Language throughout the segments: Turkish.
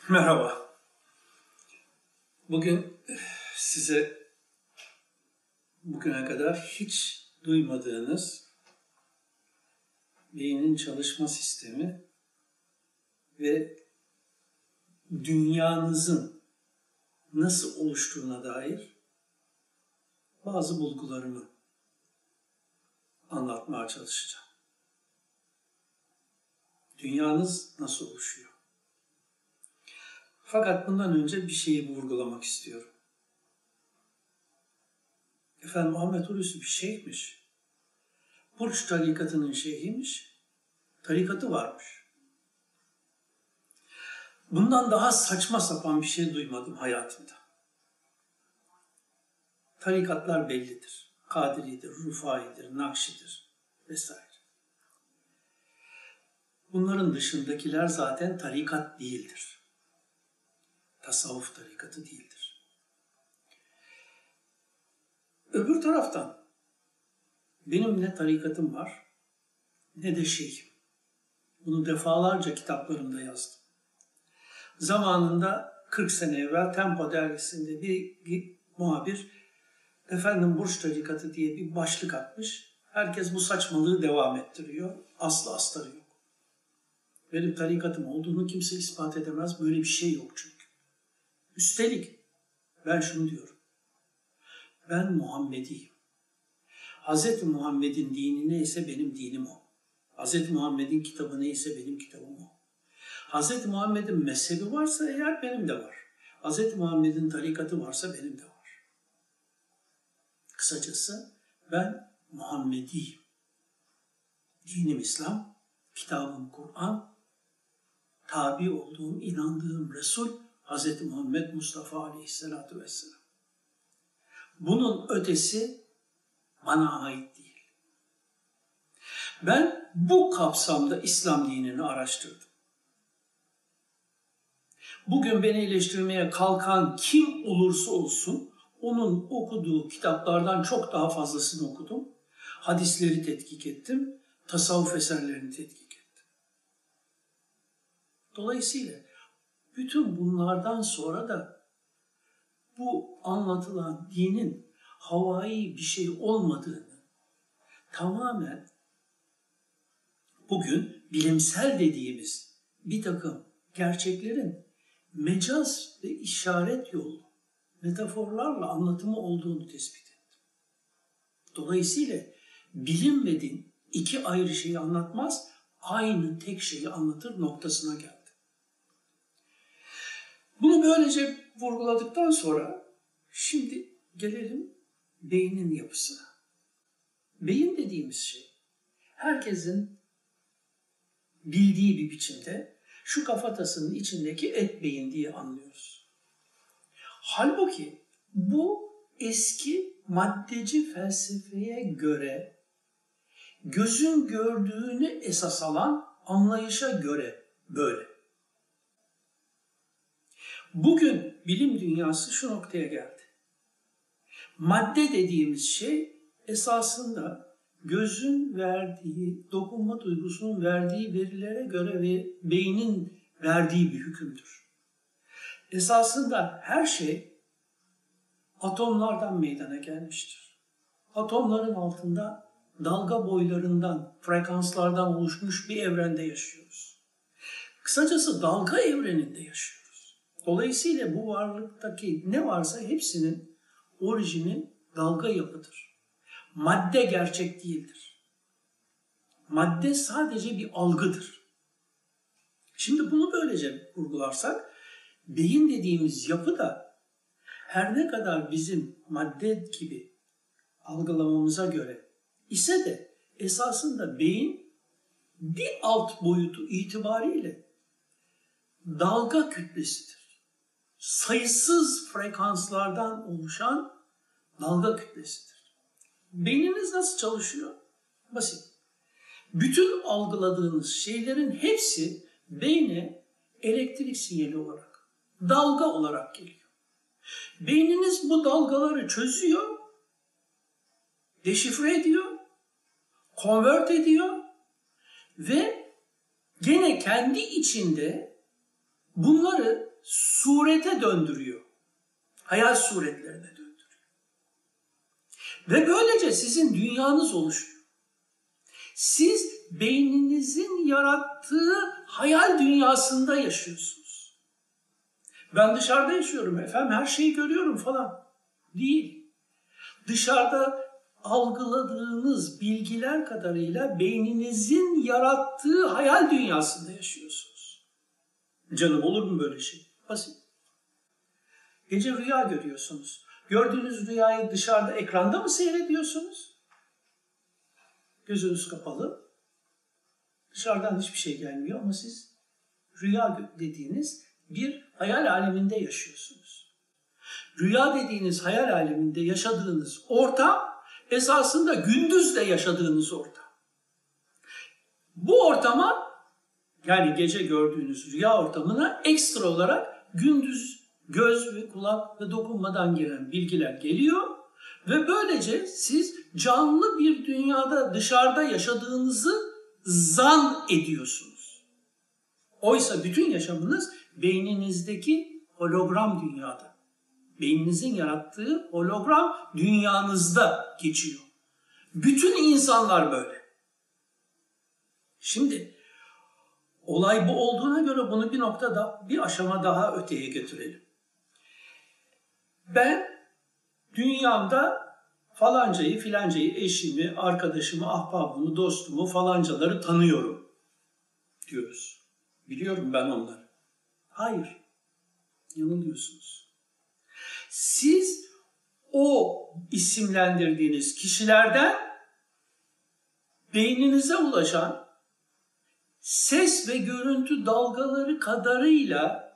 Merhaba. Bugün size bugüne kadar hiç duymadığınız beynin çalışma sistemi ve dünyanızın nasıl oluştuğuna dair bazı bulgularımı anlatmaya çalışacağım. Dünyanız nasıl oluşuyor? Fakat bundan önce bir şeyi vurgulamak istiyorum. Efendim Ahmet Hulusi bir şeyhmiş. Burç tarikatının şeyhiymiş. Tarikatı varmış. Bundan daha saçma sapan bir şey duymadım hayatımda. Tarikatlar bellidir. Kadiridir, Rufai'dir, Nakşi'dir vesaire. Bunların dışındakiler zaten tarikat değildir. Tasavvuf tarikatı değildir. Öbür taraftan benim ne tarikatım var ne de şeyhim. Bunu defalarca kitaplarımda yazdım. Zamanında 40 sene evvel Tempo dergisinde bir muhabir efendim Burç tarikatı diye bir başlık atmış. Herkes bu saçmalığı devam ettiriyor. Aslı astarı yok. Benim tarikatım olduğunu kimse ispat edemez. Böyle bir şey yok çünkü. Üstelik ben şunu diyorum. Ben Muhammediyim. Hz. Muhammed'in dini neyse benim dinim o. Hz. Muhammed'in kitabı neyse benim kitabım o. Hz. Muhammed'in mezhebi varsa eğer benim de var. Hz. Muhammed'in tarikatı varsa benim de var. Kısacası ben Muhammediyim. Dinim İslam, kitabım Kur'an, tabi olduğum, inandığım Resul Hz. Muhammed Mustafa Aleyhisselatü Vesselam. Bunun ötesi bana ait değil. Ben bu kapsamda İslam dinini araştırdım. Bugün beni eleştirmeye kalkan kim olursa olsun onun okuduğu kitaplardan çok daha fazlasını okudum. Hadisleri tetkik ettim, tasavvuf eserlerini tetkik ettim. Dolayısıyla bütün bunlardan sonra da bu anlatılan dinin havai bir şey olmadığını tamamen bugün bilimsel dediğimiz bir takım gerçeklerin mecaz ve işaret yolu, metaforlarla anlatımı olduğunu tespit ettim. Dolayısıyla bilim ve din iki ayrı şeyi anlatmaz, aynı tek şeyi anlatır noktasına geldi. Bunu böylece vurguladıktan sonra şimdi gelelim beynin yapısına. Beyin dediğimiz şey herkesin bildiği bir biçimde şu kafatasının içindeki et beyin diye anlıyoruz. Halbuki bu eski maddeci felsefeye göre gözün gördüğünü esas alan anlayışa göre böyle. Bugün bilim dünyası şu noktaya geldi. Madde dediğimiz şey esasında gözün verdiği, dokunma duygusunun verdiği verilere göre ve beynin verdiği bir hükümdür. Esasında her şey atomlardan meydana gelmiştir. Atomların altında dalga boylarından, frekanslardan oluşmuş bir evrende yaşıyoruz. Kısacası dalga evreninde yaşıyoruz. Dolayısıyla bu varlıktaki ne varsa hepsinin orijini dalga yapıdır. Madde gerçek değildir. Madde sadece bir algıdır. Şimdi bunu böylece vurgularsak, beyin dediğimiz yapı da her ne kadar bizim madde gibi algılamamıza göre ise de esasında beyin bir alt boyutu itibariyle dalga kütlesidir. Sayısız frekanslardan oluşan dalga kütlesidir. Beyniniz nasıl çalışıyor? Basit. Bütün algıladığınız şeylerin hepsi beyne elektrik sinyali olarak, dalga olarak geliyor. Beyniniz bu dalgaları çözüyor, deşifre ediyor, convert ediyor ve gene kendi içinde bunları surete döndürüyor. Hayal suretlerine döndürüyor. Ve böylece sizin dünyanız oluşuyor. Siz beyninizin yarattığı hayal dünyasında yaşıyorsunuz. Ben dışarıda yaşıyorum efendim, her şeyi görüyorum falan. Değil. Dışarıda algıladığınız bilgiler kadarıyla beyninizin yarattığı hayal dünyasında yaşıyorsunuz. Canım, olur mu böyle şey? Basit. Gece rüya görüyorsunuz. Gördüğünüz rüyayı dışarıda ekranda mı seyrediyorsunuz? Gözünüz kapalı. Dışarıdan hiçbir şey gelmiyor ama siz rüya dediğiniz bir hayal aleminde yaşıyorsunuz. Rüya dediğiniz hayal aleminde yaşadığınız ortam esasında gündüz de yaşadığınız ortam. Bu ortama, yani gece gördüğünüz rüya ortamına ekstra olarak gündüz göz ve kulak ve dokunmadan gelen bilgiler geliyor ve böylece siz canlı bir dünyada dışarıda yaşadığınızı zan ediyorsunuz. Oysa bütün yaşamınız beyninizdeki hologram dünyada. Beyninizin yarattığı hologram dünyanızda geçiyor. Bütün insanlar böyle. Şimdi olay bu olduğuna göre bunu bir noktada, bir aşama daha öteye götürelim. Ben dünyamda falancayı, filancayı, eşimi, arkadaşımı, ahbabımı, dostumu, falancaları tanıyorum diyoruz. Biliyorum ben onları. Hayır, yanılıyorsunuz. Siz o isimlendirdiğiniz kişilerden beyninize ulaşan ses ve görüntü dalgaları kadarıyla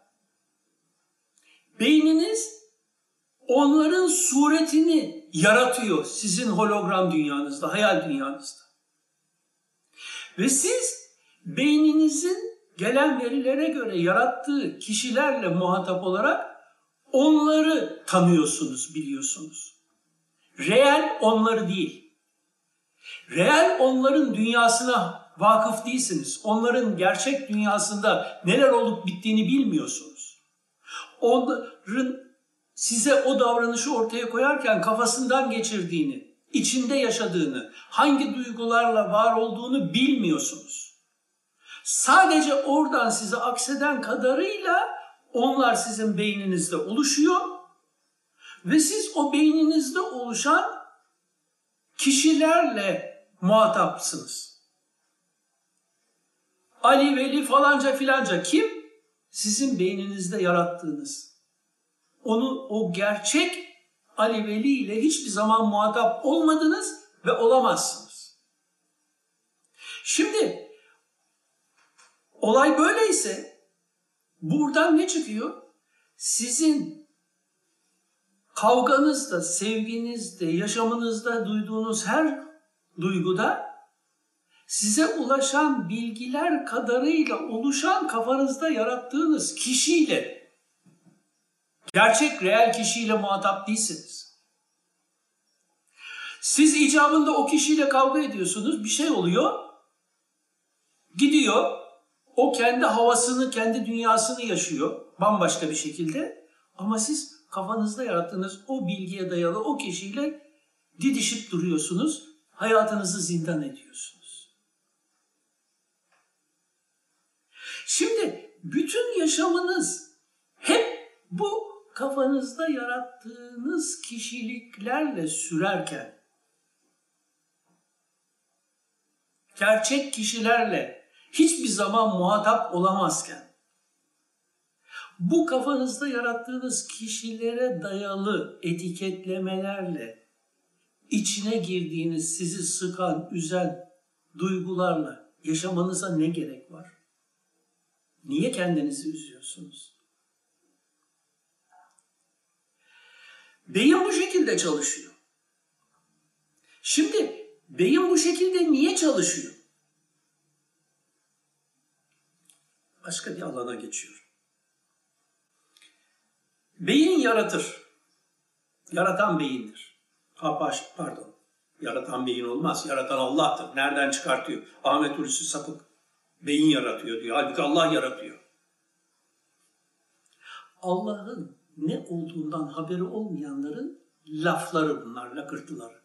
beyniniz onların suretini yaratıyor sizin hologram dünyanızda, hayal dünyanızda. Ve siz beyninizin gelen verilere göre yarattığı kişilerle muhatap olarak onları tanıyorsunuz, biliyorsunuz. Reel onları değil. Reel onların dünyasına vakıf değilsiniz. Onların gerçek dünyasında neler olup bittiğini bilmiyorsunuz. Onların size o davranışı ortaya koyarken kafasından geçirdiğini, içinde yaşadığını, hangi duygularla var olduğunu bilmiyorsunuz. Sadece oradan size akseden kadarıyla onlar sizin beyninizde oluşuyor ve siz o beyninizde oluşan kişilerle muhatapsınız. Ali, Veli, falanca filanca kim? Sizin beyninizde yarattığınız. O gerçek Ali, Veli ile hiçbir zaman muhatap olmadınız ve olamazsınız. Şimdi olay böyleyse buradan ne çıkıyor? Sizin kavganızda, sevginizde, yaşamınızda duyduğunuz her duyguda size ulaşan bilgiler kadarıyla oluşan kafanızda yarattığınız kişiyle, gerçek reel kişiyle muhatap değilsiniz. Siz icabında o kişiyle kavga ediyorsunuz, bir şey oluyor, gidiyor, o kendi havasını, kendi dünyasını yaşıyor bambaşka bir şekilde ama siz kafanızda yarattığınız o bilgiye dayalı o kişiyle didişip duruyorsunuz, hayatınızı zindan ediyorsunuz. Şimdi bütün yaşamınız hep bu kafanızda yarattığınız kişiliklerle sürerken, gerçek kişilerle hiçbir zaman muhatap olamazken, bu kafanızda yarattığınız kişilere dayalı etiketlemelerle içine girdiğiniz, sizi sıkan, üzen duygularla yaşamanıza ne gerek var? Niye kendinizi üzüyorsunuz? Beyin bu şekilde çalışıyor. Şimdi beyin bu şekilde niye çalışıyor? Başka bir alana geçiyorum. Beyin yaratır. Yaratan beyindir. Pardon. Yaratan beyin olmaz. Yaratan Allah'tır. Nereden çıkartıyor? Ahmet Hulusi Sapık beyin yaratıyor diyor. Halbuki Allah yaratıyor. Allah'ın ne olduğundan haberi olmayanların lafları bunlar, lakırtıları.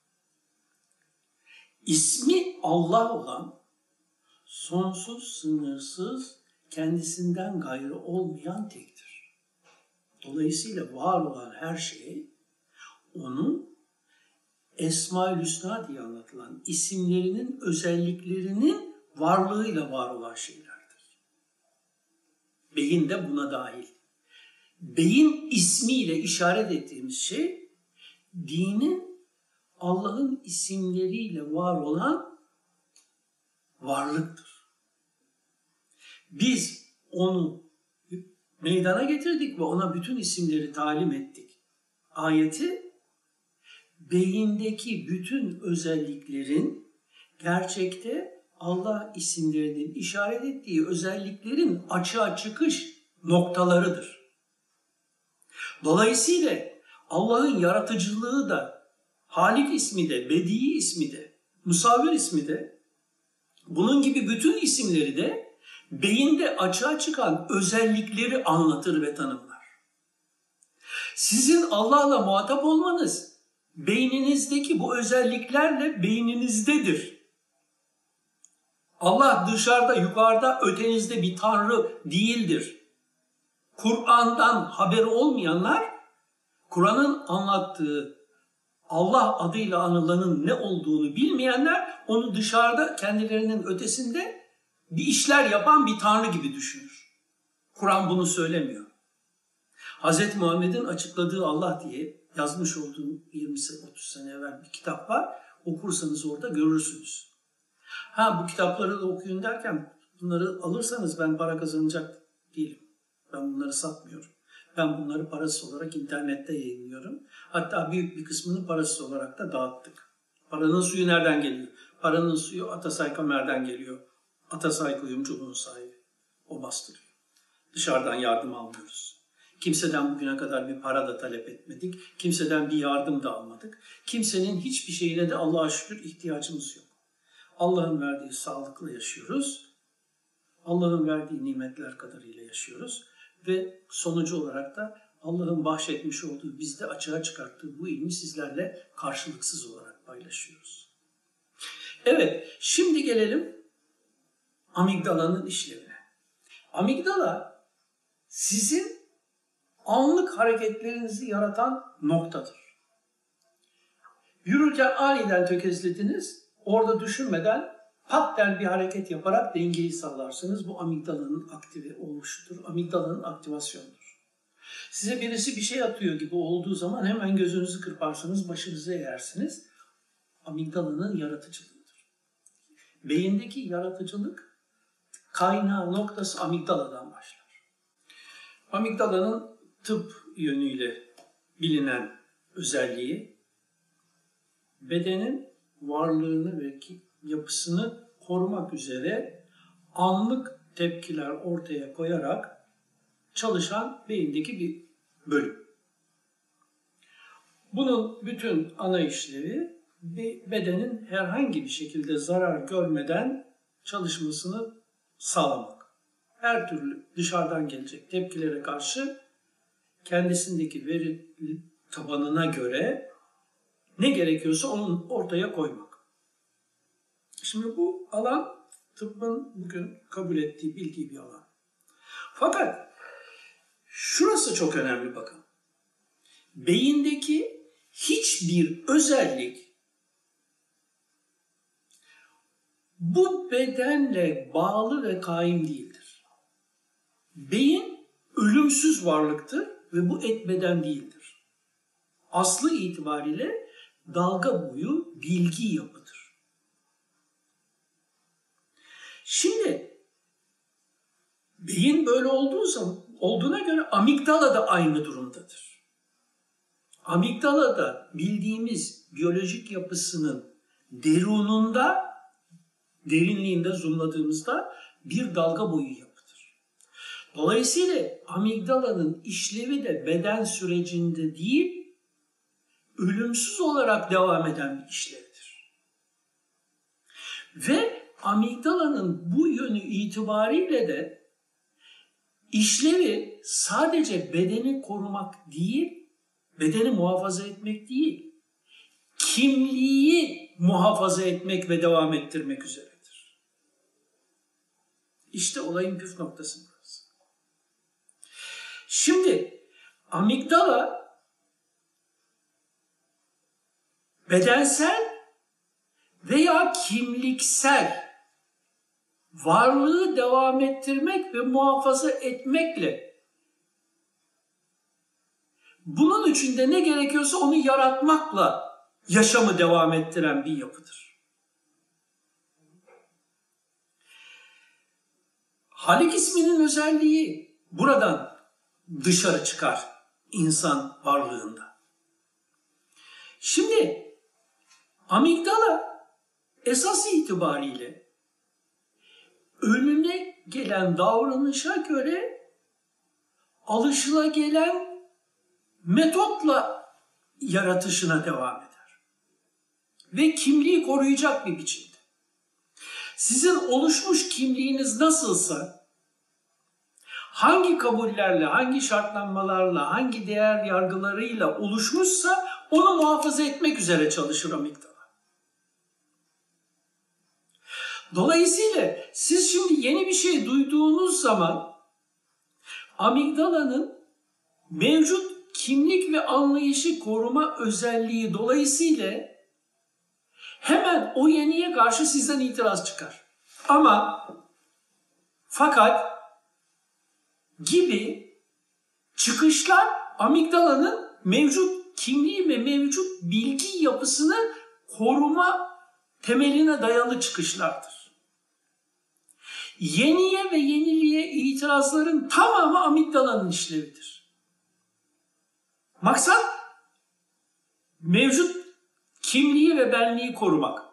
İsmi Allah olan, sonsuz, sınırsız, kendisinden gayrı olmayan tektir. Dolayısıyla var olan her şey, onun Esma-ül Hüsna diye anlatılan isimlerinin özelliklerinin varlığıyla var olan şeylerdir. Beyin de buna dahil. Beyin ismiyle işaret ettiğimiz şey, dinin Allah'ın isimleriyle var olan varlıktır. Biz onu meydana getirdik ve ona bütün isimleri talim ettik. Ayeti, beyindeki bütün özelliklerin gerçekte Allah isimlerinin işaret ettiği özelliklerin açığa çıkış noktalarıdır. Dolayısıyla Allah'ın yaratıcılığı da, Halik ismi de, Bedi ismi de, Musavvir ismi de, bunun gibi bütün isimleri de beyinde açığa çıkan özellikleri anlatır ve tanımlar. Sizin Allah'la muhatap olmanız, beyninizdeki bu özelliklerle beyninizdedir. Allah dışarıda, yukarıda, ötenizde bir tanrı değildir. Kur'an'dan haberi olmayanlar, Kur'an'ın anlattığı Allah adıyla anılanın ne olduğunu bilmeyenler, onu dışarıda kendilerinin ötesinde bir işler yapan bir tanrı gibi düşünür. Kur'an bunu söylemiyor. Hz. Muhammed'in açıkladığı Allah diye yazmış olduğum 20-30 sene evvel bir kitap var. Okursanız orada görürsünüz. Bu kitapları da okuyun derken bunları alırsanız ben para kazanacak değilim. Ben bunları satmıyorum. Ben bunları parasız olarak internette yayınlıyorum. Hatta büyük bir kısmını parasız olarak da dağıttık. Paranın suyu nereden geliyor? Paranın suyu Atasay Kamer'den geliyor. Atasay kuyumculuğun sahibi. O bastırıyor. Dışarıdan yardım almıyoruz. Kimseden bugüne kadar bir para da talep etmedik. Kimseden bir yardım da almadık. Kimsenin hiçbir şeyine de Allah'a şükür ihtiyacımız yok. Allah'ın verdiği sağlıkla yaşıyoruz. Allah'ın verdiği nimetler kadarıyla yaşıyoruz. Ve sonucu olarak da Allah'ın bahşetmiş olduğu, bizde açığa çıkarttığı bu ilmi sizlerle karşılıksız olarak paylaşıyoruz. Evet, şimdi gelelim amigdalanın işlevine. Amigdala sizin anlık hareketlerinizi yaratan noktadır. Yürürken aniden tökezlediniz, orada düşünmeden patten bir hareket yaparak dengeyi sağlarsınız. Bu amigdalanın aktive olmuşudur. Amigdalanın aktivasyonudur. Size birisi bir şey atıyor gibi olduğu zaman hemen gözünüzü kırparsınız, başınızı eğersiniz. Amigdalanın yaratıcılığıdır. Beyindeki yaratıcılık kaynağı, noktası amigdaladan başlar. Amigdalanın tıp yönüyle bilinen özelliği, bedenin varlığını ve yapısını korumak üzere anlık tepkiler ortaya koyarak çalışan beyindeki bir bölüm. Bunun bütün ana işlevi bedenin herhangi bir şekilde zarar görmeden çalışmasını sağlamak. Her türlü dışarıdan gelecek tepkilere karşı kendisindeki veri tabanına göre ne gerekiyorsa onu ortaya koymak. Şimdi bu alan tıbbın bugün kabul ettiği, bildiği bir alan. Fakat şurası çok önemli bakın. Beyindeki hiçbir özellik bu bedenle bağlı ve kaim değildir. Beyin ölümsüz varlıktır ve bu et beden değildir. Aslı itibariyle dalga boyu bilgi yapıdır. Şimdi beyin böyle olduğuna göre amigdala da aynı durumdadır. Amigdala da bildiğimiz biyolojik yapısının derinliğinde zoomladığımızda bir dalga boyu yapıdır. Dolayısıyla amigdalanın işlevi de beden sürecinde değil, ölümsüz olarak devam eden bir işlevdir. Ve amigdalanın bu yönü itibariyle de işlevi sadece bedeni korumak değil, bedeni muhafaza etmek değil, kimliği muhafaza etmek ve devam ettirmek üzeredir. İşte olayın püf noktası burası. Şimdi amigdala bedensel veya kimliksel varlığı devam ettirmek ve muhafaza etmekle, bunun için de ne gerekiyorsa onu yaratmakla yaşamı devam ettiren bir yapıdır. Halik isminin özelliği buradan dışarı çıkar insan varlığında. Şimdi amigdala esas itibariyle önüne gelen davranışa göre alışılagelen metotla yaratışına devam eder. Ve kimliği koruyacak bir biçimde. Sizin oluşmuş kimliğiniz nasılsa, hangi kabullerle, hangi şartlanmalarla, hangi değer yargılarıyla oluşmuşsa onu muhafaza etmek üzere çalışır amigdala. Dolayısıyla siz şimdi yeni bir şey duyduğunuz zaman amigdalanın mevcut kimlik ve anlayışı koruma özelliği dolayısıyla hemen o yeniye karşı sizden itiraz çıkar. Ama fakat gibi çıkışlar amigdalanın mevcut kimliği ve mevcut bilgi yapısını koruma temeline dayalı çıkışlardır. Yeniye ve yeniliğe itirazların tamamı amigdalanın işlevidir. Maksat mevcut kimliği ve benliği korumak.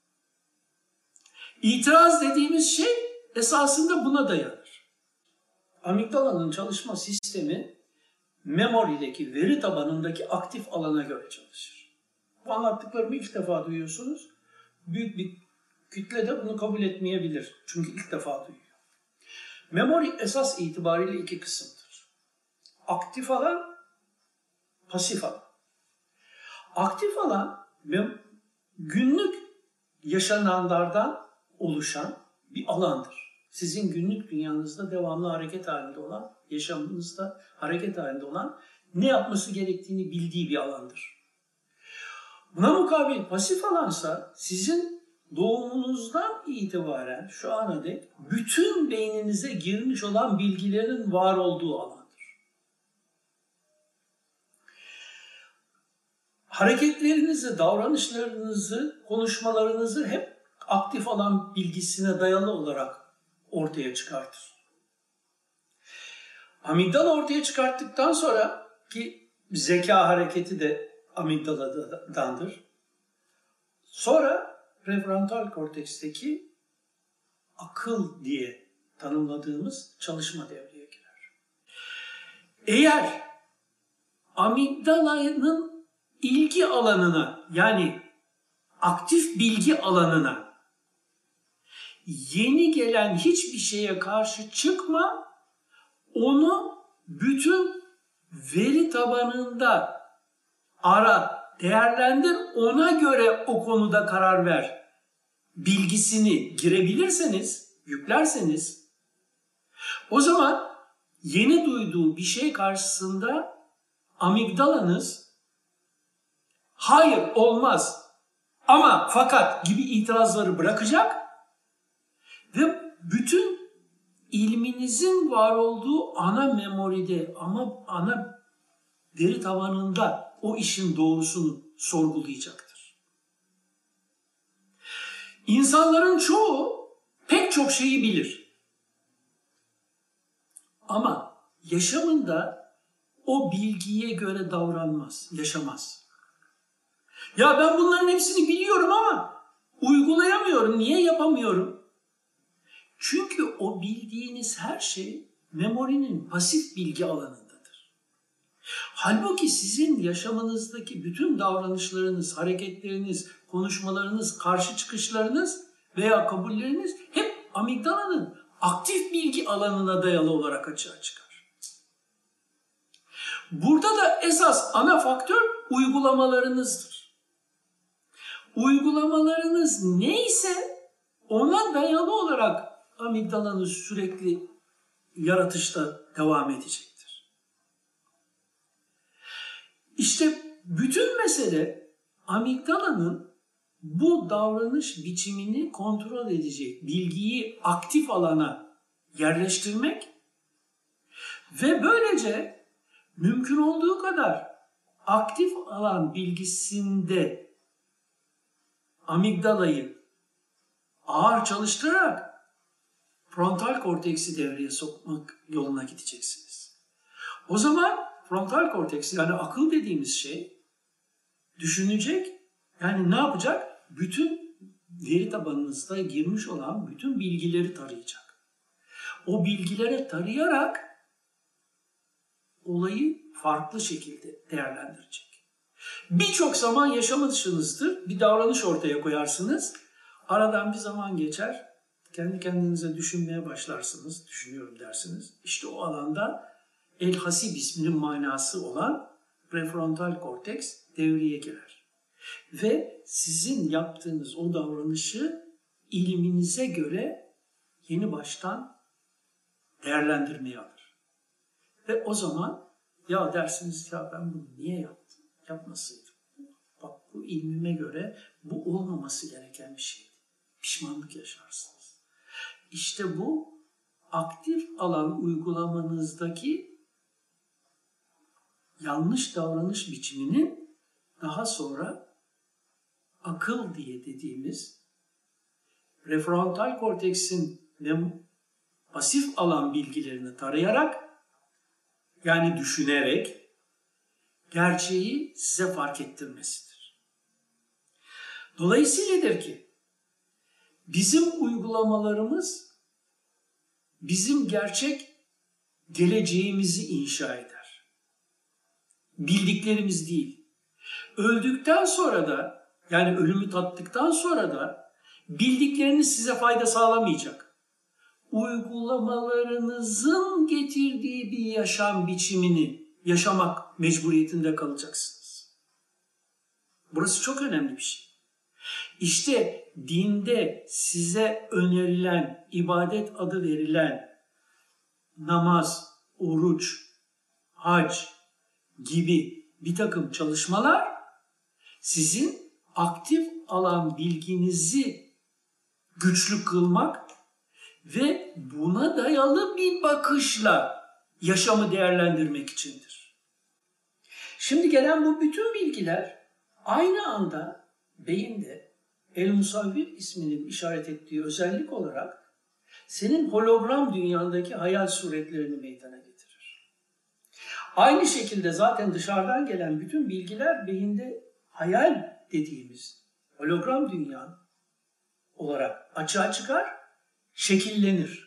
İtiraz dediğimiz şey esasında buna dayanır. Amigdalanın çalışma sistemi memorideki veri tabanındaki aktif alana göre çalışır. Bu anlattıklarımı ilk defa duyuyorsunuz. Büyük bir kütle de bunu kabul etmeyebilir. Çünkü ilk defa duyuyor. Memori esas itibariyle iki kısımdır. Aktif alan, pasif alan. Aktif alan günlük yaşananlardan oluşan bir alandır. Sizin günlük dünyanızda devamlı hareket halinde olan, yaşamınızda hareket halinde olan, ne yapması gerektiğini bildiği bir alandır. Buna mukabil pasif alansa sizin doğumunuzdan itibaren şu ana dek bütün beyninize girmiş olan bilgilerin var olduğu alandır. Hareketlerinizi, davranışlarınızı, konuşmalarınızı hep aktif alan bilgisine dayalı olarak ortaya çıkartır. Amigdala ortaya çıkarttıktan sonra ki zeka hareketi de amigdaladandır. Sonra prefrontal korteksteki akıl diye tanımladığımız çalışma devreye girer. Eğer amigdalanın ilgi alanına, yani aktif bilgi alanına yeni gelen hiçbir şeye karşı çıkma, onu bütün veri tabanında ara, değerlendir, ona göre o konuda karar ver bilgisini girebilirseniz, yüklerseniz, o zaman yeni duyduğu bir şey karşısında amigdalanız hayır olmaz ama fakat gibi itirazları bırakacak ve bütün ilminizin var olduğu ana memoride ama ana veri tabanında o işin doğrusunu sorgulayacaktır. İnsanların çoğu pek çok şeyi bilir. Ama yaşamında o bilgiye göre davranmaz, yaşamaz. Ya ben bunların hepsini biliyorum ama uygulayamıyorum. Niye yapamıyorum? Çünkü o bildiğiniz her şey memorinin pasif bilgi alanındadır. Halbuki sizin yaşamınızdaki bütün davranışlarınız, hareketleriniz, konuşmalarınız, karşı çıkışlarınız veya kabulleriniz hep amigdalanın aktif bilgi alanına dayalı olarak açığa çıkar. Burada da esas ana faktör uygulamalarınızdır. Uygulamalarınız neyse ona dayalı olarak amigdalanız sürekli yaratışta devam edecektir. İşte bütün mesele amigdalanın bu davranış biçimini kontrol edecek bilgiyi aktif alana yerleştirmek ve böylece mümkün olduğu kadar aktif alan bilgisinde amigdalayı ağır çalıştırarak frontal korteksi devreye sokmak yoluna gideceksiniz. O zaman frontal korteks yani akıl dediğimiz şey düşünecek, yani ne yapacak? Bütün veri tabanınızda girmiş olan bütün bilgileri tarayacak. O bilgilere tarayarak olayı farklı şekilde değerlendirecek. Birçok zaman yaşamışsınızdır, bir davranış ortaya koyarsınız, aradan bir zaman geçer, kendi kendinize düşünmeye başlarsınız, düşünüyorum dersiniz. İşte o alanda el-hasib isminin manası olan prefrontal korteks devreye girer. Ve sizin yaptığınız o davranışı ilminize göre yeni baştan değerlendirmeye alır. Ve o zaman ya dersiniz ya ben bunu niye yaptım? Yapmasaydım. Bak bu ilmime göre bu olmaması gereken bir şeydi. Pişmanlık yaşarsınız. İşte bu aktif alan uygulamanızdaki yanlış davranış biçiminin daha sonra akıl diye dediğimiz prefrontal korteksin ve pasif alan bilgilerini tarayarak yani düşünerek gerçeği size fark ettirmesidir. Dolayısıyladır ki bizim uygulamalarımız bizim gerçek geleceğimizi inşa eder. Bildiklerimiz değil. Öldükten sonra da yani ölümü tattıktan sonra da bildikleriniz size fayda sağlamayacak. Uygulamalarınızın getirdiği bir yaşam biçimini yaşamak mecburiyetinde kalacaksınız. Burası çok önemli bir şey. İşte dinde size önerilen, ibadet adı verilen namaz, oruç, hac gibi bir takım çalışmalar sizin aktif alan bilginizi güçlü kılmak ve buna dayalı bir bakışla yaşamı değerlendirmek içindir. Şimdi gelen bu bütün bilgiler aynı anda beyinde El-Musavvir isminin işaret ettiği özellik olarak senin hologram dünyandaki hayal suretlerini meydana getirir. Aynı şekilde zaten dışarıdan gelen bütün bilgiler beyinde hayal dediğimiz hologram dünya olarak açığa çıkar, şekillenir.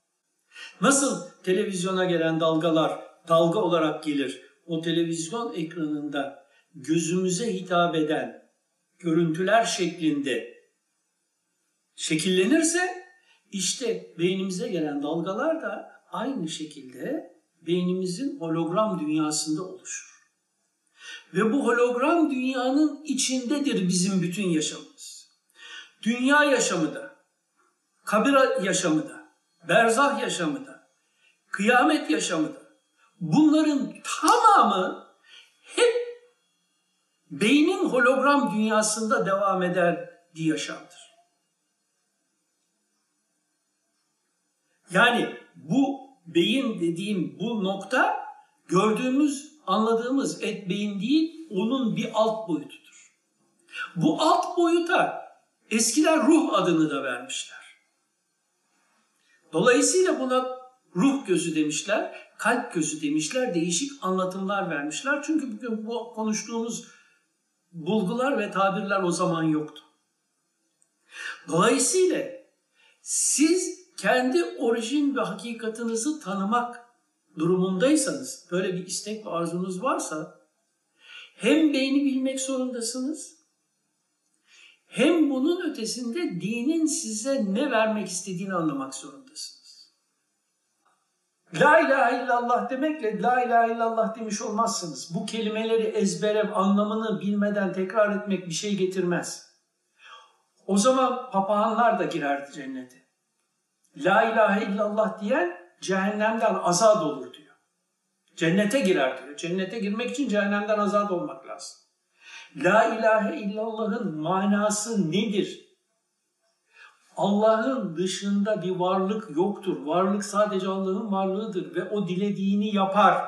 Nasıl televizyona gelen dalgalar dalga olarak gelir, o televizyon ekranında gözümüze hitap eden görüntüler şeklinde şekillenirse, işte beynimize gelen dalgalar da aynı şekilde beynimizin hologram dünyasında oluşur. Ve bu hologram dünyanın içindedir bizim bütün yaşamımız. Dünya yaşamı da, kabir yaşamı da, berzah yaşamı da, kıyamet yaşamı da, bunların tamamı hep beynin hologram dünyasında devam eden bir yaşamdır. Yani bu beyin dediğim bu nokta gördüğümüz, anladığımız et beyin değil, onun bir alt boyutudur. Bu alt boyuta eskiler ruh adını da vermişler. Dolayısıyla buna ruh gözü demişler, kalp gözü demişler, değişik anlatımlar vermişler. Çünkü bugün bu konuştuğumuz bulgular ve tabirler o zaman yoktu. Dolayısıyla siz kendi orijin ve hakikatinizi tanımak durumundaysanız, böyle bir istek ve arzunuz varsa, hem beyni bilmek zorundasınız, hem bunun ötesinde dinin size ne vermek istediğini anlamak zorundasınız. La ilahe illallah demekle la ilahe illallah demiş olmazsınız. Bu kelimeleri ezbere, anlamını bilmeden tekrar etmek bir şey getirmez. O zaman papağanlar da girerdi cennete. La ilahe illallah diyen cehennemden azat olur diyor. Cennete girer diyor. Cennete girmek için cehennemden azat olmak lazım. La ilahe illallah'ın manası nedir? Allah'ın dışında bir varlık yoktur. Varlık sadece Allah'ın varlığıdır ve o dilediğini yapar.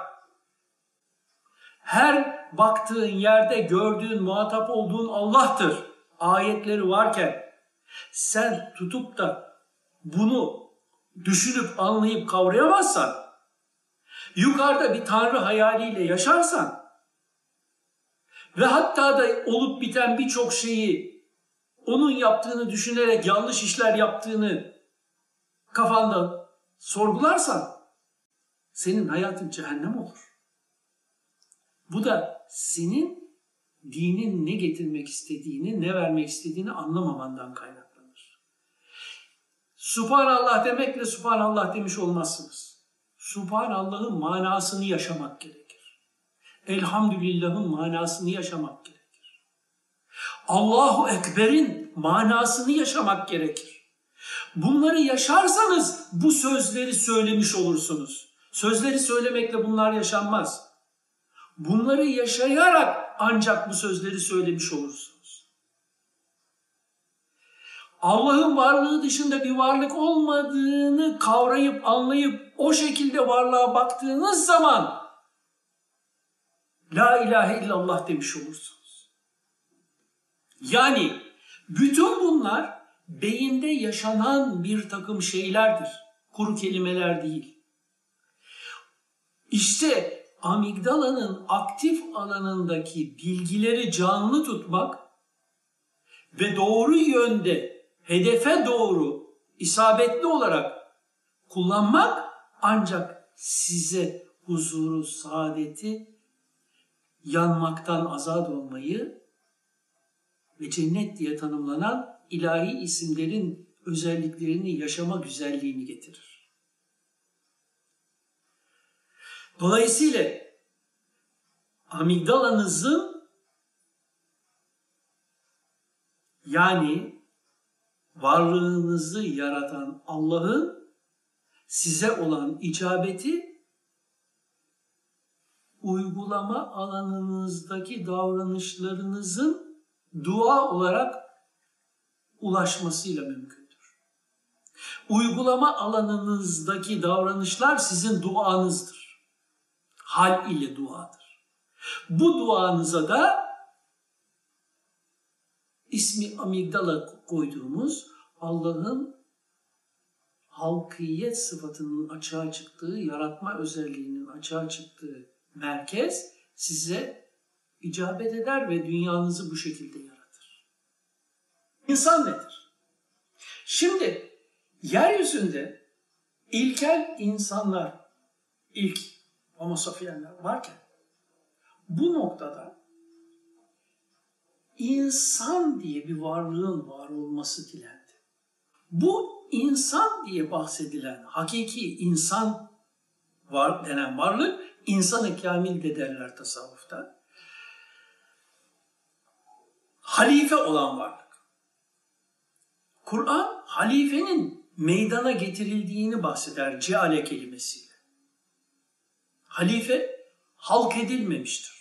Her baktığın yerde gördüğün, muhatap olduğun Allah'tır. Ayetleri varken sen tutup da bunu düşünüp anlayıp kavrayamazsan, yukarıda bir tanrı hayaliyle yaşarsan ve hatta da olup biten birçok şeyi onun yaptığını düşünerek yanlış işler yaptığını kafanda sorgularsan senin hayatın cehennem olur. Bu da senin dinin ne getirmek istediğini, ne vermek istediğini anlamamandan kaynaklanır. Subhanallah demekle Subhanallah demiş olmazsınız. Subhanallah'ın manasını yaşamak gerekir. Elhamdülillah'ın manasını yaşamak gerekir. Allahu Ekber'in manasını yaşamak gerekir. Bunları yaşarsanız bu sözleri söylemiş olursunuz. Sözleri söylemekle bunlar yaşanmaz. Bunları yaşayarak ancak bu sözleri söylemiş olursunuz. Allah'ın varlığı dışında bir varlık olmadığını kavrayıp anlayıp o şekilde varlığa baktığınız zaman La ilahe illallah demiş olursunuz. Yani bütün bunlar beyinde yaşanan bir takım şeylerdir. Kuru kelimeler değil. İşte amigdalanın aktif alanındaki bilgileri canlı tutmak ve doğru yönde, hedefe doğru, isabetli olarak kullanmak ancak size huzuru, saadeti, yanmaktan azat olmayı ve cennet diye tanımlanan ilahi isimlerin özelliklerini yaşama güzelliğini getirir. Dolayısıyla amigdalanızın yani varlığınızı yaratan Allah'ın size olan icabeti uygulama alanınızdaki davranışlarınızın dua olarak ulaşmasıyla mümkündür. Uygulama alanınızdaki davranışlar sizin duanızdır. Hal ile duadır. Bu duanıza da ismi amigdala koyduğumuz Allah'ın halkiyet sıfatının açığa çıktığı, yaratma özelliğinin açığa çıktığı merkez size icabet eder ve dünyanızı bu şekilde yaratır. İnsan nedir? Şimdi yeryüzünde ilkel insanlar, ilk Homo sapiensler varken bu noktada insan diye bir varlığın var olması dilendi. Bu insan diye bahsedilen hakiki insan var denen varlık insan-ı kamil de derler tasavvufta. Halife olan varlık. Kur'an halifenin meydana getirildiğini bahseder ceale kelimesiyle. Halife halk edilmemiştir.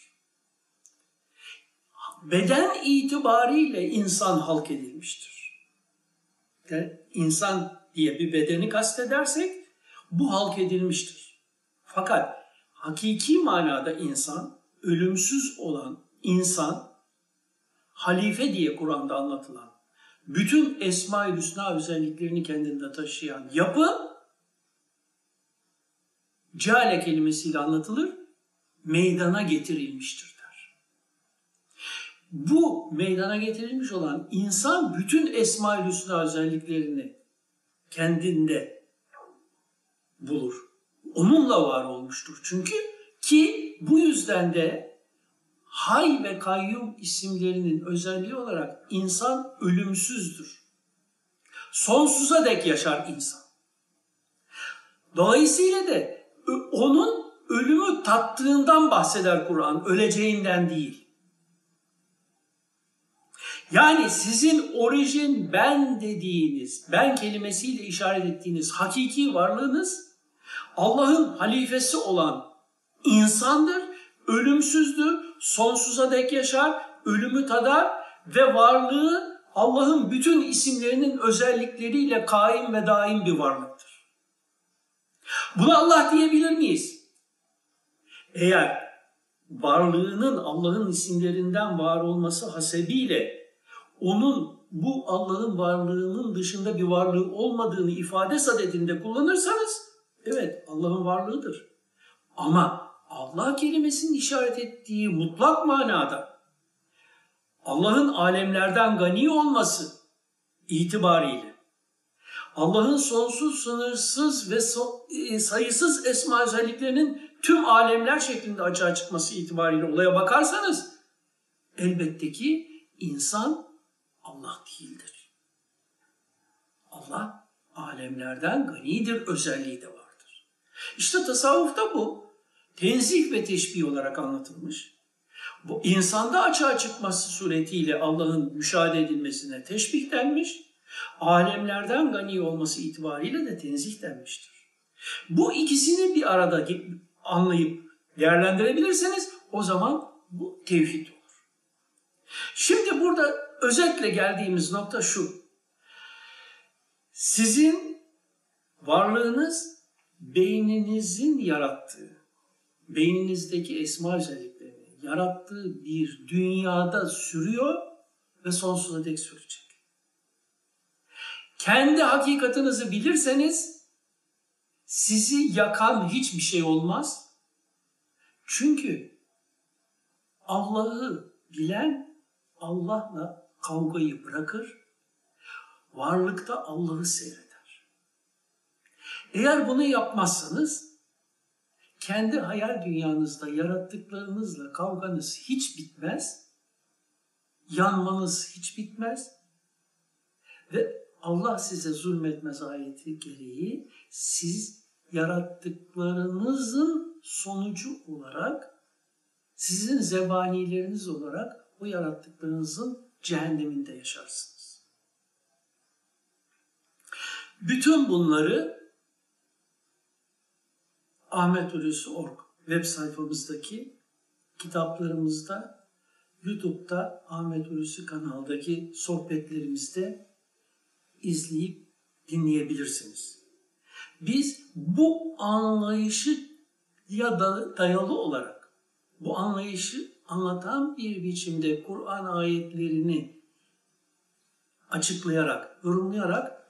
Beden itibariyle insan halk edilmiştir. İnsan diye bir bedeni kastedersek bu halk edilmiştir. Fakat hakiki manada insan, ölümsüz olan insan, halife diye Kur'an'da anlatılan, bütün Esma-i Hüsna özelliklerini kendinde taşıyan yapı, ceale kelimesiyle anlatılır, meydana getirilmiştir der. Bu meydana getirilmiş olan insan bütün Esma-i Hüsna özelliklerini kendinde bulur. Onunla var olmuştur çünkü ki bu yüzden de Hay ve Kayyum isimlerinin özelliği olarak insan ölümsüzdür. Sonsuza dek yaşar insan. Dolayısıyla da onun ölümü tattığından bahseder Kur'an, öleceğinden değil. Yani sizin orijin ben dediğiniz, ben kelimesiyle işaret ettiğiniz hakiki varlığınız Allah'ın halifesi olan insandır, ölümsüzdür, sonsuza dek yaşar, ölümü tadar ve varlığı Allah'ın bütün isimlerinin özellikleriyle kaim ve daim bir varlıktır. Buna Allah diyebilir miyiz? Eğer varlığının Allah'ın isimlerinden var olması hasebiyle onun bu Allah'ın varlığının dışında bir varlığı olmadığını ifade sadedinde kullanırsanız, evet Allah'ın varlığıdır. Ama Allah kelimesinin işaret ettiği mutlak manada Allah'ın alemlerden gani olması itibariyle Allah'ın sonsuz, sınırsız ve sayısız esma özelliklerinin tüm alemler şeklinde açığa çıkması itibariyle olaya bakarsanız elbette ki insan Allah değildir. Allah alemlerden ganidir özelliği de vardır. İşte tasavvufta bu tenzih ve teşbih olarak anlatılmış. Bu insanda açığa çıkması suretiyle Allah'ın müşahede edilmesine teşbih denmiş. Alemlerden gani olması itibariyle de tenzih denmiştir. Bu ikisini bir arada anlayıp değerlendirebilirseniz o zaman bu tevhid olur. Şimdi burada özetle geldiğimiz nokta şu. Sizin varlığınız beyninizin yarattığı, beyninizdeki esma özelliklerini yarattığı bir dünyada sürüyor ve sonsuza dek sürecek. Kendi hakikatinizi bilirseniz sizi yakan hiçbir şey olmaz. Çünkü Allah'ı bilen Allah'la kavgayı bırakır, varlıkta Allah'ı seyreder. Eğer bunu yapmazsanız kendi hayal dünyanızda yarattıklarınızla kavganız hiç bitmez, yanmanız hiç bitmez ve Allah size zulmetmez ayeti gereği siz yarattıklarınızın sonucu olarak, sizin zebanileriniz olarak o yarattıklarınızın cehenneminde yaşarsınız. Bütün bunları ahmethulusi.org web sayfamızdaki kitaplarımızda, YouTube'da Ahmet Hulusi kanaldaki sohbetlerimizde izleyip dinleyebilirsiniz. Biz bu anlayışı dayalı olarak, bu anlayışı anlatan bir biçimde Kur'an ayetlerini açıklayarak, yorumlayarak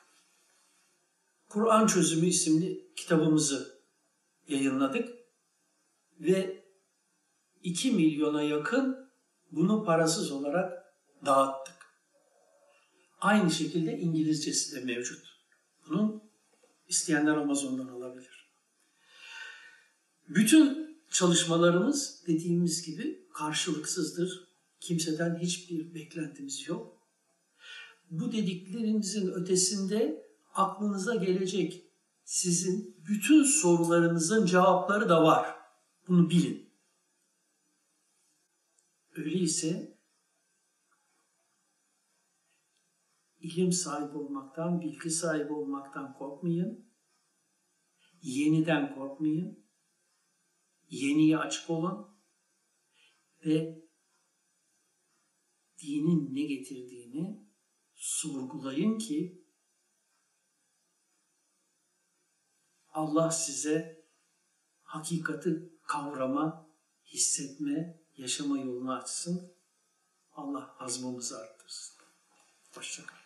Kur'an Çözümü isimli kitabımızı yayınladık ve 2 milyona yakın bunu parasız olarak dağıttık. Aynı şekilde İngilizcesi de mevcut. Bunun isteyenler Amazon'dan alabilir. Bütün çalışmalarımız dediğimiz gibi karşılıksızdır. Kimseden hiçbir beklentimiz yok. Bu dediklerimizin ötesinde aklınıza gelecek sizin bütün sorularınızın cevapları da var. Bunu bilin. Öyleyse ilim sahibi olmaktan, bilgi sahibi olmaktan korkmayın. Yeniden korkmayın. Yeniye açık olun. Ve dinin ne getirdiğini sorgulayın ki Allah size hakikati kavrama, hissetme, yaşama yolunu açsın. Allah hazmımızı arttırsın. Hoşça kalın.